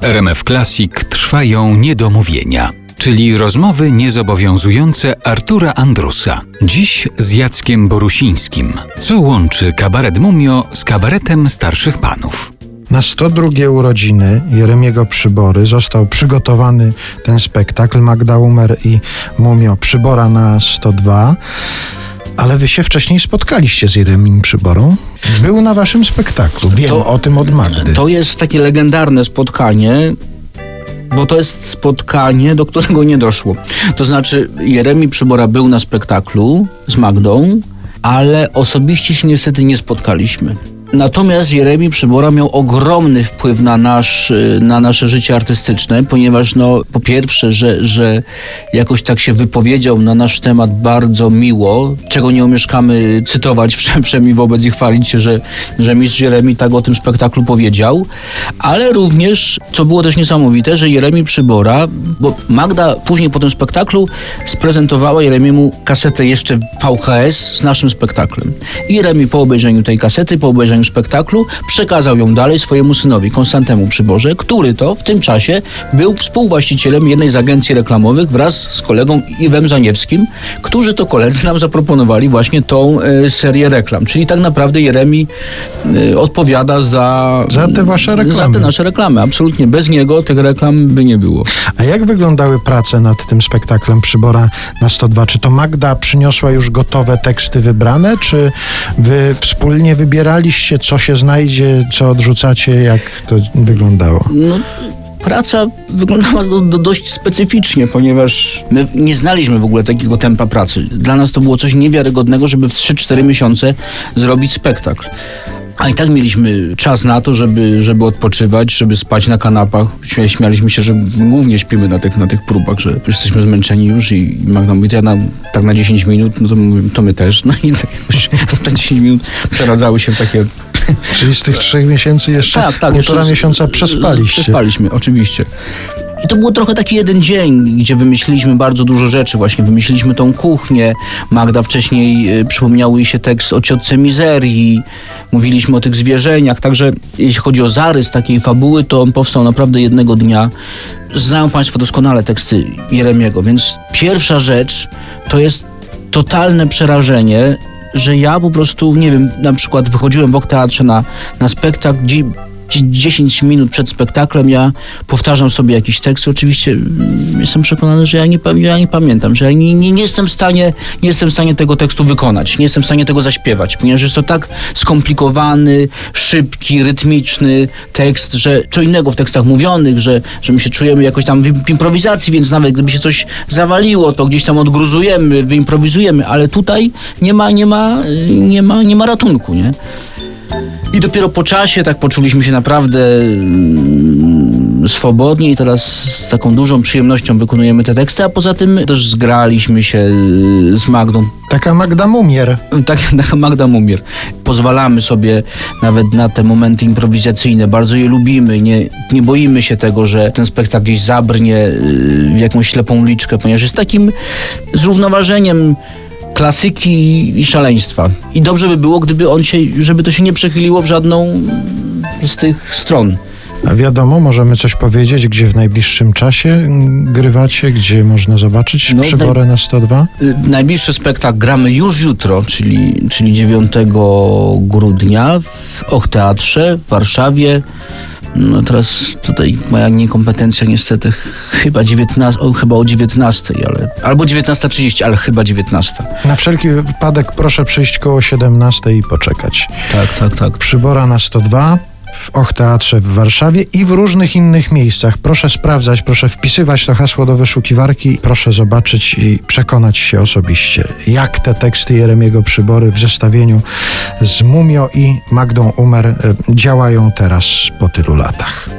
W RMF Classic trwają niedomówienia, czyli rozmowy niezobowiązujące Artura Andrusa. Dziś z Jackiem Borusińskim. Co łączy kabaret Mumio z kabaretem starszych panów? Na 102 urodziny Jeremiego Przybory został przygotowany ten spektakl Magda Umer i Mumio Przybora na 102. Ale wy się wcześniej spotkaliście z Jeremim Przyborą? Był na waszym spektaklu. Wiem o tym od Magdy. To jest takie legendarne spotkanie, bo to jest spotkanie, do którego nie doszło. To znaczy Jeremi Przybora był na spektaklu z Magdą, ale osobiście się niestety nie spotkaliśmy. Natomiast Jeremi Przybora miał ogromny wpływ na nasze życie artystyczne, ponieważ po pierwsze, że jakoś tak się wypowiedział na nasz temat bardzo miło, czego nie omieszkamy cytować wszemi wobec i chwalić się, że mistrz Jeremi tak o tym spektaklu powiedział, ale również, co było też niesamowite, że Jeremi Przybora, bo Magda później po tym spektaklu sprezentowała Jeremiemu kasetę jeszcze VHS z naszym spektaklem. I Jeremi po obejrzeniu tej kasety, po obejrzeniu spektaklu przekazał ją dalej swojemu synowi, Konstantemu Przyborze, który to w tym czasie był współwłaścicielem jednej z agencji reklamowych wraz z kolegą Iwem Zaniewskim, którzy to koledzy nam zaproponowali właśnie tą serię reklam. Czyli tak naprawdę Jeremi odpowiada za te wasze reklamy. Za te nasze reklamy. Absolutnie. Bez niego tych reklam by nie było. A jak wyglądały prace nad tym spektaklem Przybora na 102? Czy to Magda przyniosła już gotowe teksty wybrane, czy wy wspólnie wybieraliście, co się znajdzie, co odrzucacie, jak to wyglądało? Praca wyglądała dość specyficznie, ponieważ my nie znaliśmy w ogóle takiego tempa pracy. Dla nas to było coś niewiarygodnego, żeby w 3-4 miesiące zrobić spektakl. A i tak mieliśmy czas na to, żeby odpoczywać, żeby spać na kanapach. Śmialiśmy się, że głównie śpimy na tych próbach, że jesteśmy zmęczeni już i Magda mówi, tak na 10 minut, to my też. No i tak jakoś te 10 minut przeradzały się w takie... Czyli z tych 3 miesięcy jeszcze półtora miesiąca przespaliście. Przespaliśmy, oczywiście. I to był trochę taki jeden dzień, gdzie wymyśliliśmy bardzo dużo rzeczy. Właśnie wymyśliliśmy tą kuchnię. Magda wcześniej przypomniał jej się tekst o ciotce Mizerii. Mówiliśmy o tych zwierzeniach. Także jeśli chodzi o zarys takiej fabuły, to on powstał naprawdę jednego dnia. Znają państwo doskonale teksty Jeremiego, więc pierwsza rzecz to jest totalne przerażenie, że ja po prostu, nie wiem, na przykład wychodziłem w Ok-Teatrze na spektakl, 10 minut przed spektaklem ja powtarzam sobie jakiś tekst. Oczywiście jestem przekonany, że ja nie pamiętam, że ja nie jestem w stanie tego tekstu wykonać, nie jestem w stanie tego zaśpiewać, ponieważ jest to tak skomplikowany, szybki, rytmiczny tekst, że co innego w tekstach mówionych, że my się czujemy jakoś tam w improwizacji, więc nawet gdyby się coś zawaliło, to gdzieś tam odgruzujemy, wyimprowizujemy, ale tutaj nie ma ratunku, nie? I dopiero po czasie tak poczuliśmy się naprawdę swobodnie i teraz z taką dużą przyjemnością wykonujemy te teksty, a poza tym też zgraliśmy się z Magdą. Taka Magda Mumier. Taka Magda Mumier. Pozwalamy sobie nawet na te momenty improwizacyjne, bardzo je lubimy, nie boimy się tego, że ten spektakl gdzieś zabrnie w jakąś ślepą liczkę, ponieważ jest takim zrównoważeniem klasyki i szaleństwa. I dobrze by było, żeby to się nie przechyliło w żadną z tych stron. A wiadomo, możemy coś powiedzieć, gdzie w najbliższym czasie grywacie, gdzie można zobaczyć Przyborę na 102? Najbliższy spektakl gramy już jutro, czyli 9 grudnia w Ok-Teatrze w Warszawie. Teraz tutaj moja niekompetencja niestety chyba o 19, albo 19:30, ale chyba 19. Na wszelki wypadek proszę przyjść koło 17 i poczekać. Tak. Przybora na 102 w Ok-Teatrze w Warszawie i w różnych innych miejscach. Proszę sprawdzać, proszę wpisywać to hasło do wyszukiwarki, proszę zobaczyć i przekonać się osobiście, jak te teksty Jeremiego Przybory w zestawieniu z Mumio i Magdą Umer działają teraz po tylu latach.